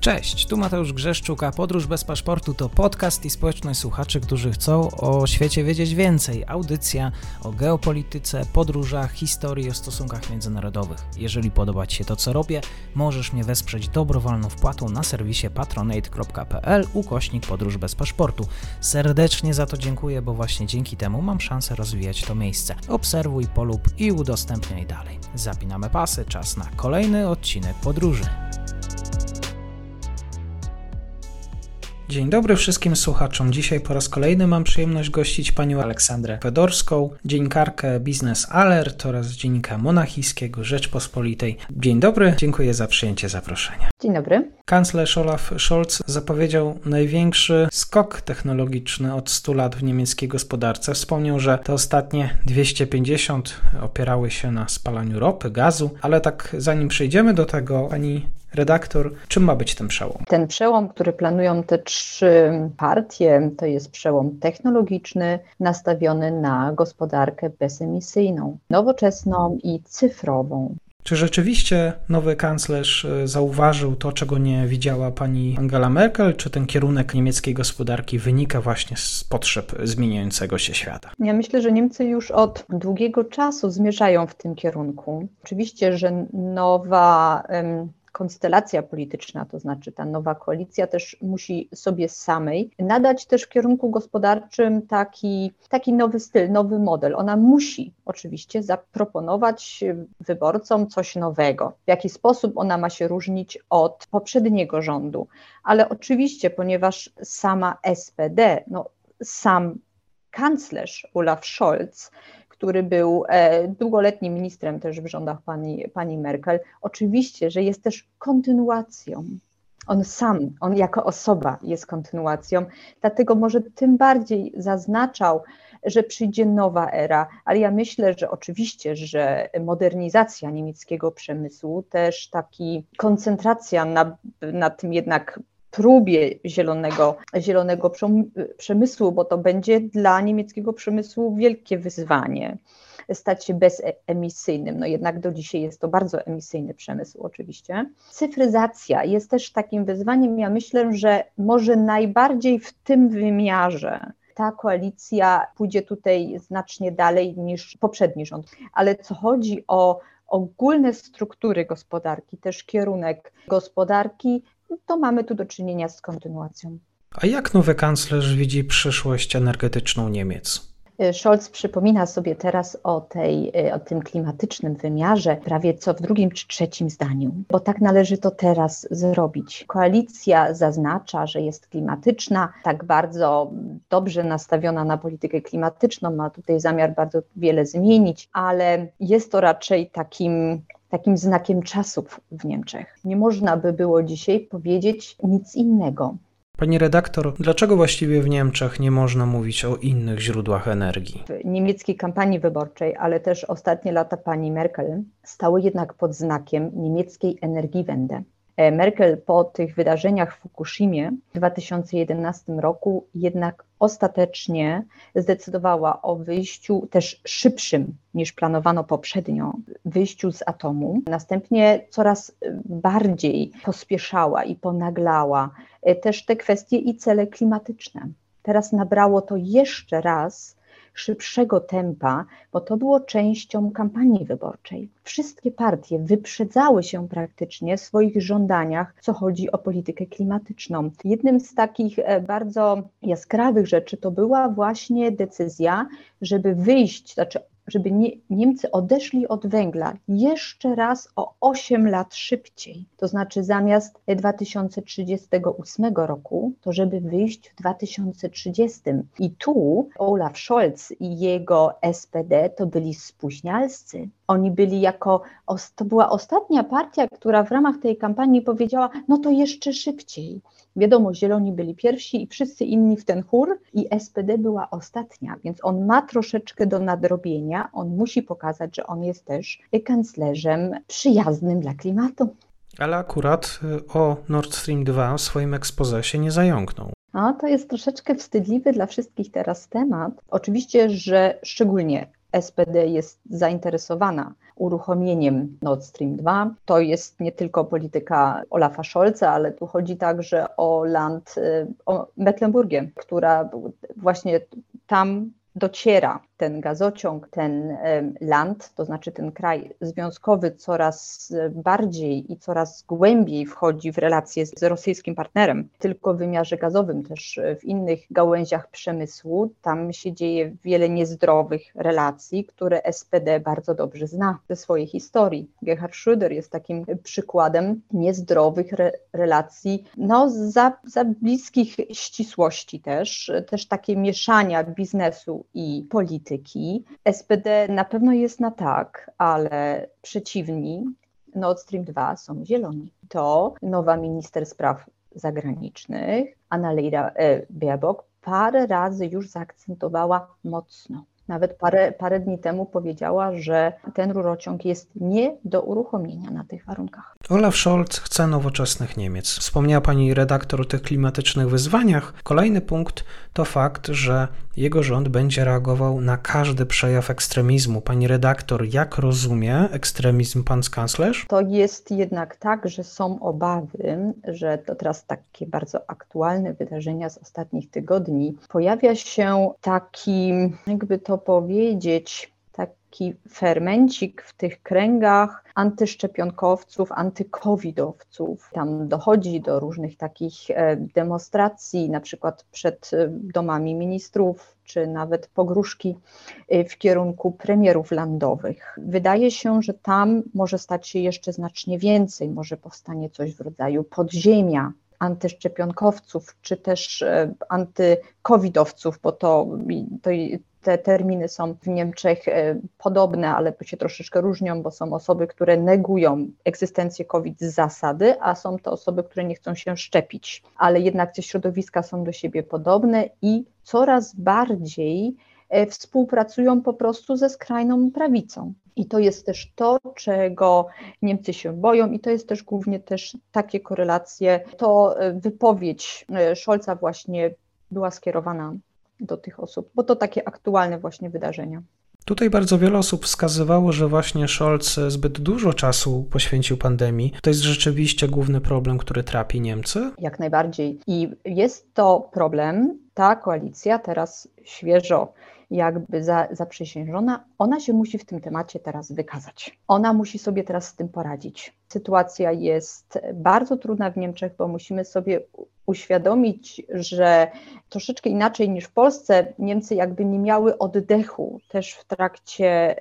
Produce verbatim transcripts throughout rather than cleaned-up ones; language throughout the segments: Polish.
Cześć, tu Mateusz Grzeszczuk, a Podróż bez paszportu to podcast i społeczność słuchaczy, którzy chcą o świecie wiedzieć więcej. Audycja o geopolityce, podróżach, historii, o stosunkach międzynarodowych. Jeżeli podoba Ci się to, co robię, możesz mnie wesprzeć dobrowolną wpłatą na serwisie patronate kropka p l ukośnik podróż bez paszportu. Serdecznie za to dziękuję, bo właśnie dzięki temu mam szansę rozwijać to miejsce. Obserwuj, polub i udostępniaj dalej. Zapinamy pasy, czas na kolejny odcinek podróży. Dzień dobry wszystkim słuchaczom. Dzisiaj po raz kolejny mam przyjemność gościć panią Aleksandrę Fedorską, dziennikarkę Business Alert oraz dziennika monachijskiego Rzeczpospolitej. Dzień dobry, dziękuję za przyjęcie zaproszenia. Dzień dobry. Kanclerz Olaf Scholz zapowiedział największy skok technologiczny od stu lat w niemieckiej gospodarce. Wspomniał, że te ostatnie dwieście pięćdziesiąt opierały się na spalaniu ropy, gazu, ale tak zanim przejdziemy do tego, pani redaktor, czym ma być ten przełom? Ten przełom, który planują te trzy partie, to jest przełom technologiczny nastawiony na gospodarkę bezemisyjną, nowoczesną i cyfrową. Czy rzeczywiście nowy kanclerz zauważył to, czego nie widziała pani Angela Merkel? Czy ten kierunek niemieckiej gospodarki wynika właśnie z potrzeb zmieniającego się świata? Ja myślę, że Niemcy już od długiego czasu zmierzają w tym kierunku. Oczywiście, że nowa um, konstelacja polityczna, to znaczy ta nowa koalicja też musi sobie samej nadać też w kierunku gospodarczym taki, taki nowy styl, nowy model. Ona musi oczywiście zaproponować wyborcom coś nowego. W jaki sposób ona ma się różnić od poprzedniego rządu. Ale oczywiście, ponieważ sama S P D, no sam kanclerz Olaf Scholz, który był e, długoletnim ministrem też w rządach pani, pani Merkel, oczywiście, że jest też kontynuacją. On sam, on jako osoba jest kontynuacją, dlatego może tym bardziej zaznaczał, że przyjdzie nowa era, ale ja myślę, że oczywiście, że modernizacja niemieckiego przemysłu, też taki koncentracja na, na tym jednak próbie zielonego, zielonego przemysłu, bo to będzie dla niemieckiego przemysłu wielkie wyzwanie stać się bezemisyjnym. No jednak do dzisiaj jest to bardzo emisyjny przemysł oczywiście. Cyfryzacja jest też takim wyzwaniem. Ja myślę, że może najbardziej w tym wymiarze ta koalicja pójdzie tutaj znacznie dalej niż poprzedni rząd. Ale co chodzi o ogólne struktury gospodarki, też kierunek gospodarki, to mamy tu do czynienia z kontynuacją. A jak nowy kanclerz widzi przyszłość energetyczną Niemiec? Scholz przypomina sobie teraz o, tej, o tym klimatycznym wymiarze prawie co w drugim czy trzecim zdaniu, bo tak należy to teraz zrobić. Koalicja zaznacza, że jest klimatyczna, tak bardzo dobrze nastawiona na politykę klimatyczną, ma tutaj zamiar bardzo wiele zmienić, ale jest to raczej takim takim znakiem czasów w Niemczech. Nie można by było dzisiaj powiedzieć nic innego. Pani redaktor, dlaczego właściwie w Niemczech nie można mówić o innych źródłach energii? W niemieckiej kampanii wyborczej, ale też ostatnie lata pani Merkel stały jednak pod znakiem niemieckiej Energiewende. Merkel po tych wydarzeniach w Fukushimie w dwa tysiące jedenastym roku jednak ostatecznie zdecydowała o wyjściu też szybszym niż planowano poprzednio, wyjściu z atomu. Następnie coraz bardziej pospieszała i ponaglała też te kwestie i cele klimatyczne. Teraz nabrało to jeszcze raz szybszego tempa, bo to było częścią kampanii wyborczej. Wszystkie partie wyprzedzały się praktycznie w swoich żądaniach, co chodzi o politykę klimatyczną. Jednym z takich bardzo jaskrawych rzeczy to była właśnie decyzja, żeby wyjść, znaczy żeby nie, Niemcy odeszli od węgla jeszcze raz o osiem lat szybciej. To znaczy zamiast dwa tysiące trzydziestego ósmego roku, to żeby wyjść w dwa tysiące trzydziestym. I tu Olaf Scholz i jego S P D to byli spóźnialscy. Oni byli jako, to była ostatnia partia, która w ramach tej kampanii powiedziała, no to jeszcze szybciej. Wiadomo, Zieloni byli pierwsi i wszyscy inni w ten chór i S P D była ostatnia, więc on ma troszeczkę do nadrobienia, on musi pokazać, że on jest też kanclerzem przyjaznym dla klimatu. Ale akurat o Nord Stream dwa w swoim exposé się nie zająknął. No, to jest troszeczkę wstydliwy dla wszystkich teraz temat. Oczywiście, że szczególnie S P D jest zainteresowana uruchomieniem Nord Stream dwa. To jest nie tylko polityka Olafa Scholza, ale tu chodzi także o land, o Mecklenburgię, która właśnie tam dociera ten gazociąg, ten land, to znaczy ten kraj związkowy coraz bardziej i coraz głębiej wchodzi w relacje z rosyjskim partnerem, tylko w wymiarze gazowym, też w innych gałęziach przemysłu. Tam się dzieje wiele niezdrowych relacji, które S P D bardzo dobrze zna ze swojej historii. Gerhard Schröder jest takim przykładem niezdrowych re- relacji, no za, za bliskich ścisłości też, też takie mieszania biznesu i polityki. S P D na pewno jest na tak, ale przeciwni Nord Stream dwa są zieloni. To nowa minister spraw zagranicznych, Annalena Baerbock, parę razy już zaakcentowała mocno. Nawet parę, parę dni temu powiedziała, że ten rurociąg jest nie do uruchomienia na tych warunkach. Olaf Scholz chce nowoczesnych Niemiec. Wspomniała pani redaktor o tych klimatycznych wyzwaniach. Kolejny punkt to fakt, że jego rząd będzie reagował na każdy przejaw ekstremizmu. Pani redaktor, jak rozumie ekstremizm pan kanclerz? To jest jednak tak, że są obawy, że to teraz takie bardzo aktualne wydarzenia z ostatnich tygodni. Pojawia się taki, jakby to powiedzieć, taki fermencik w tych kręgach antyszczepionkowców, antykowidowców. Tam dochodzi do różnych takich demonstracji, na przykład przed domami ministrów, czy nawet pogróżki w kierunku premierów landowych. Wydaje się, że tam może stać się jeszcze znacznie więcej, może powstanie coś w rodzaju podziemia antyszczepionkowców, czy też antykowidowców, bo to, to te terminy są w Niemczech podobne, ale się troszeczkę różnią, bo są osoby, które negują egzystencję COVID z zasady, a są to osoby, które nie chcą się szczepić. Ale jednak te środowiska są do siebie podobne i coraz bardziej współpracują po prostu ze skrajną prawicą. I to jest też to, czego Niemcy się boją i to jest też głównie też takie korelacje. To wypowiedź Scholza właśnie była skierowana do tych osób, bo to takie aktualne właśnie wydarzenia. Tutaj bardzo wiele osób wskazywało, że właśnie Scholz zbyt dużo czasu poświęcił pandemii. To jest rzeczywiście główny problem, który trapi Niemcy? Jak najbardziej. I jest to problem. Ta koalicja teraz świeżo jakby za, zaprzysiężona, ona się musi w tym temacie teraz wykazać. Ona musi sobie teraz z tym poradzić. Sytuacja jest bardzo trudna w Niemczech, bo musimy sobie uświadomić, że troszeczkę inaczej niż w Polsce Niemcy jakby nie miały oddechu też w trakcie,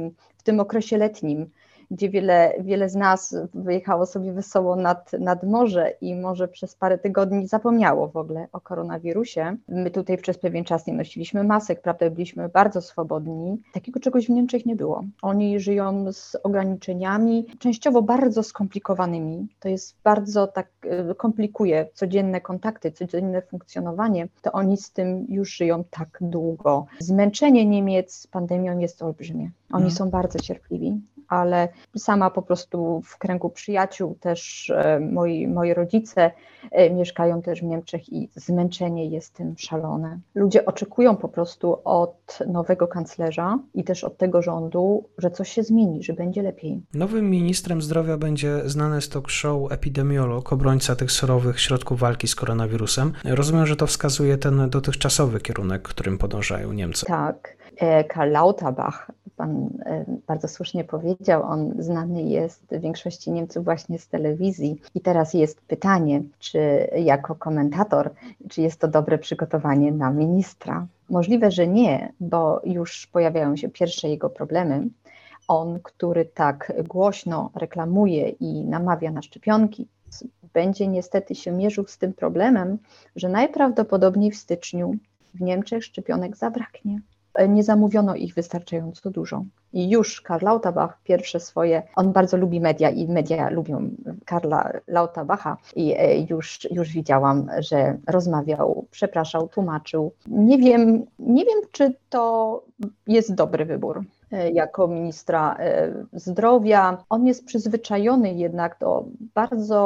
w tym okresie letnim, gdzie wiele, wiele z nas wyjechało sobie wesoło nad, nad morze i może przez parę tygodni zapomniało w ogóle o koronawirusie. My tutaj przez pewien czas nie nosiliśmy masek, prawda, byliśmy bardzo swobodni. Takiego czegoś w Niemczech nie było. Oni żyją z ograniczeniami, częściowo bardzo skomplikowanymi. To jest bardzo tak, komplikuje codzienne kontakty, codzienne funkcjonowanie. To oni z tym już żyją tak długo. Zmęczenie Niemiec pandemią jest olbrzymie. Oni hmm. są bardzo cierpliwi, ale sama po prostu w kręgu przyjaciół też e, moi, moi rodzice e, mieszkają też w Niemczech i zmęczenie jest tym szalone. Ludzie oczekują po prostu od nowego kanclerza i też od tego rządu, że coś się zmieni, że będzie lepiej. Nowym ministrem zdrowia będzie znany z talk show epidemiolog, obrońca tych surowych środków walki z koronawirusem. Rozumiem, że to wskazuje ten dotychczasowy kierunek, którym podążają Niemcy. Tak. E, Karl Lauterbach, pan e, bardzo słusznie powiedział, on znany jest w większości Niemców właśnie z telewizji. I teraz jest pytanie, czy jako komentator, czy jest to dobre przygotowanie na ministra? Możliwe, że nie, bo już pojawiają się pierwsze jego problemy. On, który tak głośno reklamuje i namawia na szczepionki, będzie niestety się mierzył z tym problemem, że najprawdopodobniej w styczniu w Niemczech szczepionek zabraknie. Nie zamówiono ich wystarczająco dużo. I już Karl Lauterbach pierwsze swoje, on bardzo lubi media i media lubią Karla Lauterbacha i już, już widziałam, że rozmawiał, przepraszał, tłumaczył. Nie wiem, nie wiem, czy to jest dobry wybór jako ministra zdrowia. On jest przyzwyczajony jednak do bardzo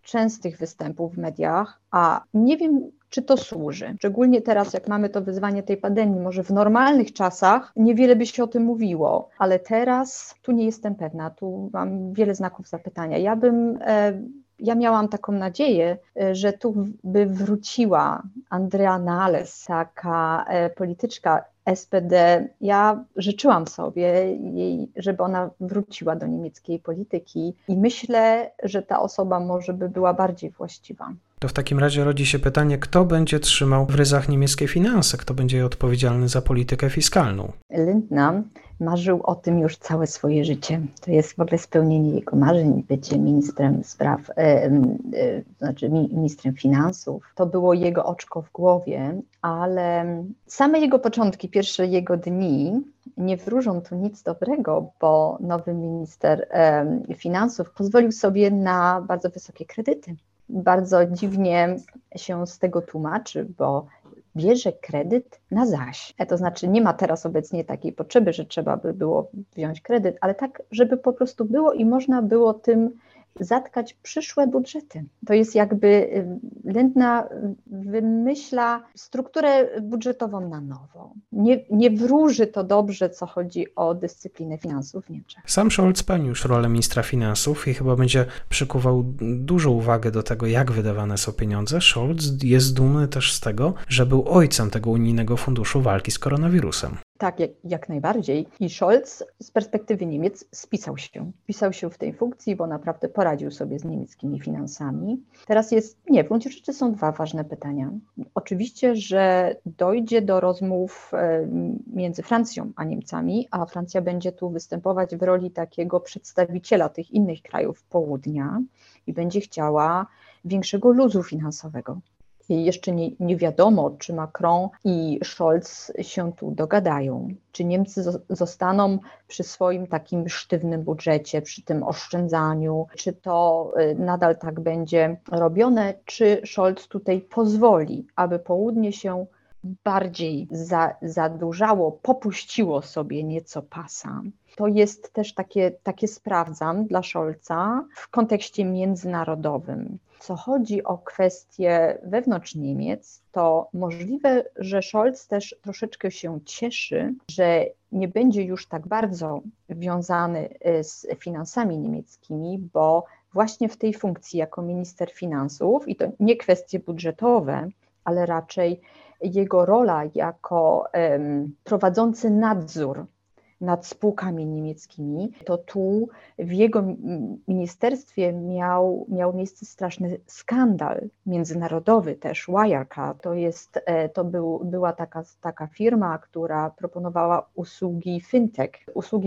częstych występów w mediach, a nie wiem, czy to służy. Szczególnie teraz, jak mamy to wyzwanie tej pandemii, może w normalnych czasach niewiele by się o tym mówiło, ale teraz tu nie jestem pewna, tu mam wiele znaków zapytania. Ja bym... E, Ja miałam taką nadzieję, że tu by wróciła Andrea Nahles, taka polityczka S P D. Ja życzyłam sobie jej, żeby ona wróciła do niemieckiej polityki i myślę, że ta osoba może by była bardziej właściwa. To w takim razie rodzi się pytanie, kto będzie trzymał w ryzach niemieckie finanse, kto będzie odpowiedzialny za politykę fiskalną? Lindner marzył o tym już całe swoje życie. To jest w ogóle spełnienie jego marzeń, bycie ministrem spraw, e, e, znaczy ministrem finansów. To było jego oczko w głowie, ale same jego początki, pierwsze jego dni nie wróżą tu nic dobrego, bo nowy minister e, finansów pozwolił sobie na bardzo wysokie kredyty. Bardzo dziwnie się z tego tłumaczy, bo bierze kredyt na zaś. To znaczy nie ma teraz obecnie takiej potrzeby, że trzeba by było wziąć kredyt, ale tak, żeby po prostu było i można było tym zatkać przyszłe budżety. To jest jakby Lindner wymyśla strukturę budżetową na nowo. Nie, nie wróży to dobrze, co chodzi o dyscyplinę finansów w Niemczech. Sam Scholz pełni już rolę ministra finansów i chyba będzie przykuwał dużą uwagę do tego, jak wydawane są pieniądze. Scholz jest dumny też z tego, że był ojcem tego unijnego funduszu walki z koronawirusem. Tak, jak, jak najbardziej. I Scholz z perspektywy Niemiec spisał się. Spisał się w tej funkcji, bo naprawdę poradził sobie z niemieckimi finansami. Teraz jest, nie, w gruncie rzeczy są dwa ważne pytania. Oczywiście, że dojdzie do rozmów między Francją a Niemcami, a Francja będzie tu występować w roli takiego przedstawiciela tych innych krajów południa i będzie chciała większego luzu finansowego. I jeszcze nie, nie wiadomo, czy Macron i Scholz się tu dogadają, czy Niemcy zostaną przy swoim takim sztywnym budżecie, przy tym oszczędzaniu, czy to nadal tak będzie robione, czy Scholz tutaj pozwoli, aby południe się bardziej za, zadłużało, popuściło sobie nieco pasa. To jest też takie, takie sprawdzam dla Scholza w kontekście międzynarodowym. Co chodzi o kwestie wewnątrz Niemiec, to możliwe, że Scholz też troszeczkę się cieszy, że nie będzie już tak bardzo wiązany z finansami niemieckimi, bo właśnie w tej funkcji jako minister finansów, i to nie kwestie budżetowe, ale raczej jego rola jako um, prowadzący nadzór nad spółkami niemieckimi, to tu w jego ministerstwie miał, miał miejsce straszny skandal międzynarodowy też, Wirecard. To, jest, to był, była taka, taka firma, która proponowała usługi fintech, usługi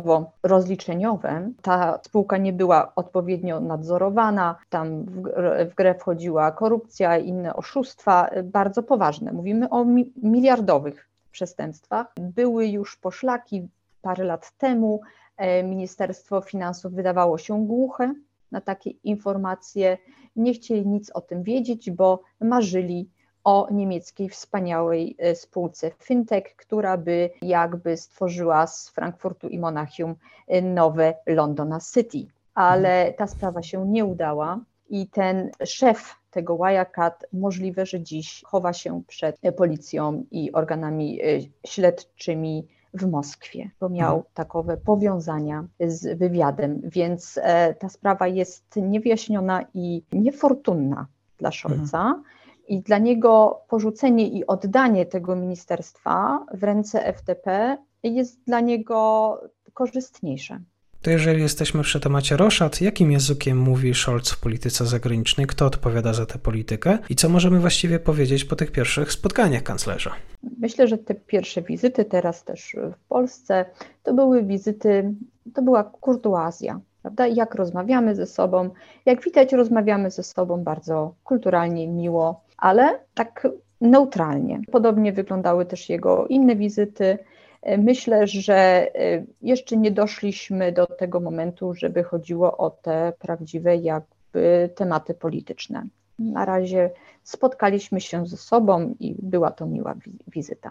finansowo-rozliczeniowe. Ta spółka nie była odpowiednio nadzorowana, tam w, w grę wchodziła korupcja i inne oszustwa, bardzo poważne. Mówimy o mi, miliardowych przestępstwach. Były już poszlaki. Parę lat temu Ministerstwo Finansów wydawało się głuche na takie informacje, nie chcieli nic o tym wiedzieć, bo marzyli o niemieckiej wspaniałej spółce fintech, która by jakby stworzyła z Frankfurtu i Monachium nowe Londona City. Ale ta sprawa się nie udała i ten szef tego Wirecard możliwe, że dziś chowa się przed policją i organami śledczymi w Moskwie, bo miał takowe powiązania z wywiadem, więc e, ta sprawa jest niewyjaśniona i niefortunna dla Scholza mhm. i dla niego porzucenie i oddanie tego ministerstwa w ręce F D P jest dla niego korzystniejsze. To jeżeli jesteśmy przy temacie roszad, jakim językiem mówi Scholz w polityce zagranicznej? Kto odpowiada za tę politykę? I co możemy właściwie powiedzieć po tych pierwszych spotkaniach kanclerza? Myślę, że te pierwsze wizyty, teraz też w Polsce, to były wizyty, to była kurtuazja, prawda? Jak rozmawiamy ze sobą, jak widać, rozmawiamy ze sobą bardzo kulturalnie, miło, ale tak neutralnie. Podobnie wyglądały też jego inne wizyty. Myślę, że jeszcze nie doszliśmy do tego momentu, żeby chodziło o te prawdziwe jakby tematy polityczne. Na razie spotkaliśmy się ze sobą i była to miła wizyta.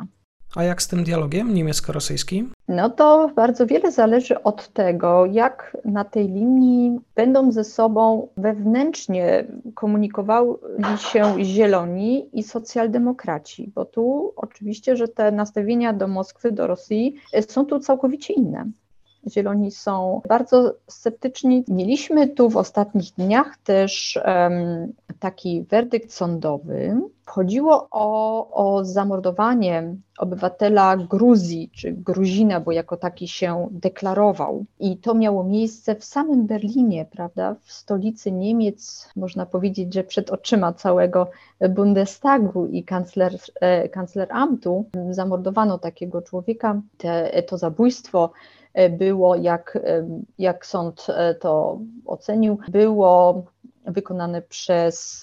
A jak z tym dialogiem niemiecko-rosyjskim? No to bardzo wiele zależy od tego, jak na tej linii będą ze sobą wewnętrznie komunikowali się zieloni i socjaldemokraci, bo tu oczywiście, że te nastawienia do Moskwy, do Rosji są tu całkowicie inne. Zieloni są bardzo sceptyczni. Mieliśmy tu w ostatnich dniach też um, taki werdykt sądowy. Chodziło o, o zamordowanie obywatela Gruzji, czy Gruzina, bo jako taki się deklarował. I to miało miejsce w samym Berlinie, prawda, w stolicy Niemiec, można powiedzieć, że przed oczyma całego Bundestagu i kancler, e, kancleramtu zamordowano takiego człowieka. Te, to zabójstwo było, jak, jak sąd to ocenił, było wykonane przez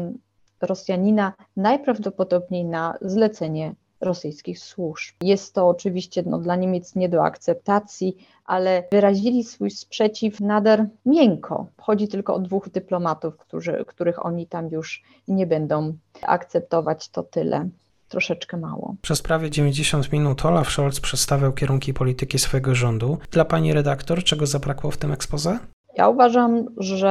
Rosjanina najprawdopodobniej na zlecenie rosyjskich służb. Jest to oczywiście no, dla Niemiec nie do akceptacji, ale wyrazili swój sprzeciw nader miękko. Chodzi tylko o dwóch dyplomatów, którzy, których oni tam już nie będą akceptować, to tyle. Troszeczkę mało. Przez prawie dziewięćdziesiąt minut Olaf Scholz przedstawiał kierunki polityki swojego rządu. Dla pani redaktor, czego zabrakło w tym exposé? Ja uważam,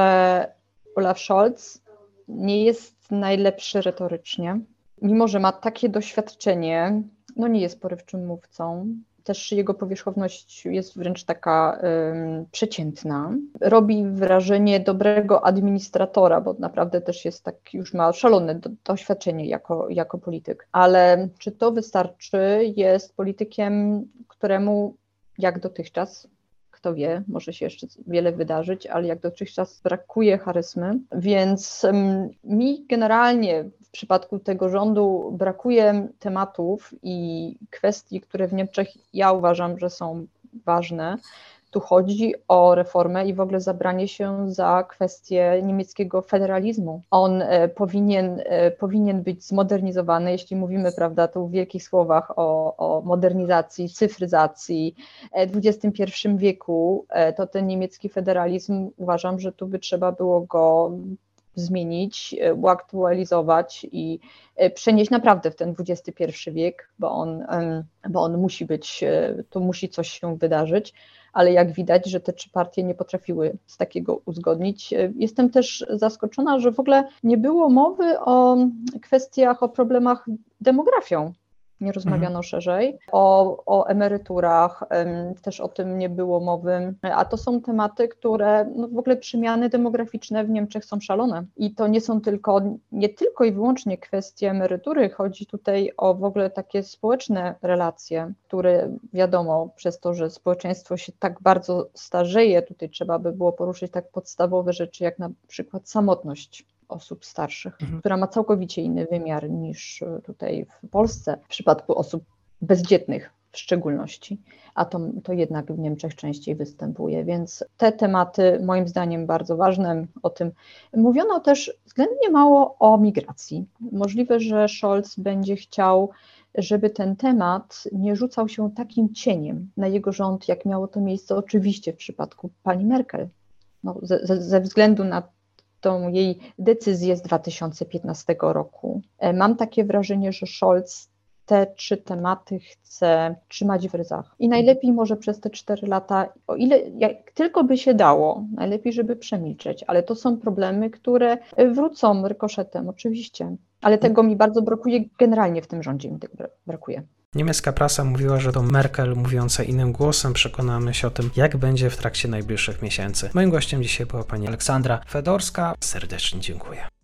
że Olaf Scholz nie jest najlepszy retorycznie. Mimo że ma takie doświadczenie, no nie jest porywczym mówcą. Też jego powierzchowność jest wręcz taka um, przeciętna. Robi wrażenie dobrego administratora, bo naprawdę też jest tak, już ma szalone do, doświadczenie jako, jako polityk. Ale czy to wystarczy? Jest politykiem, któremu jak dotychczas, kto wie, może się jeszcze wiele wydarzyć, ale jak dotychczas brakuje charyzmy, więc um, mi generalnie w przypadku tego rządu brakuje tematów i kwestii, które w Niemczech ja uważam, że są ważne. Tu chodzi o reformę i w ogóle zabranie się za kwestię niemieckiego federalizmu. On e, powinien, e, powinien być zmodernizowany, jeśli mówimy, prawda, tu w wielkich słowach o, o modernizacji, cyfryzacji w dwudziestym pierwszym wieku, e, to ten niemiecki federalizm, uważam, że tu by trzeba było go zmienić, uaktualizować i przenieść naprawdę w ten dwudziesty pierwszy wiek, bo on, bo on musi być, tu musi coś się wydarzyć, ale jak widać, że te trzy partie nie potrafiły z takiego uzgodnić. Jestem też zaskoczona, że w ogóle nie było mowy o kwestiach, o problemach demografią. Nie rozmawiano mhm. szerzej, o, o emeryturach, też o tym nie było mowy, a to są tematy, które no w ogóle przemiany demograficzne w Niemczech są szalone i to nie są tylko, nie tylko i wyłącznie kwestie emerytury, chodzi tutaj o w ogóle takie społeczne relacje, które wiadomo, przez to, że społeczeństwo się tak bardzo starzeje, tutaj trzeba by było poruszyć tak podstawowe rzeczy, jak na przykład samotność osób starszych, mhm. która ma całkowicie inny wymiar niż tutaj w Polsce, w przypadku osób bezdzietnych w szczególności, a to, to jednak w Niemczech częściej występuje, więc te tematy moim zdaniem bardzo ważne, o tym mówiono też względnie mało o migracji. Możliwe, że Scholz będzie chciał, żeby ten temat nie rzucał się takim cieniem na jego rząd, jak miało to miejsce oczywiście w przypadku pani Merkel, no, ze, ze względu na tą jej decyzję z dwa tysiące piętnastego roku. Mam takie wrażenie, że Scholz te trzy tematy chce trzymać w ryzach. I najlepiej może przez te cztery lata, o ile jak tylko by się dało, najlepiej, żeby przemilczeć, ale to są problemy, które wrócą rykoszetem, oczywiście. Ale tego mi bardzo brakuje, generalnie w tym rządzie mi tego brakuje. Niemiecka prasa mówiła, że to Merkel mówiąca innym głosem. Przekonamy się o tym, jak będzie w trakcie najbliższych miesięcy. Moim gościem dzisiaj była pani Aleksandra Fedorska. Serdecznie dziękuję.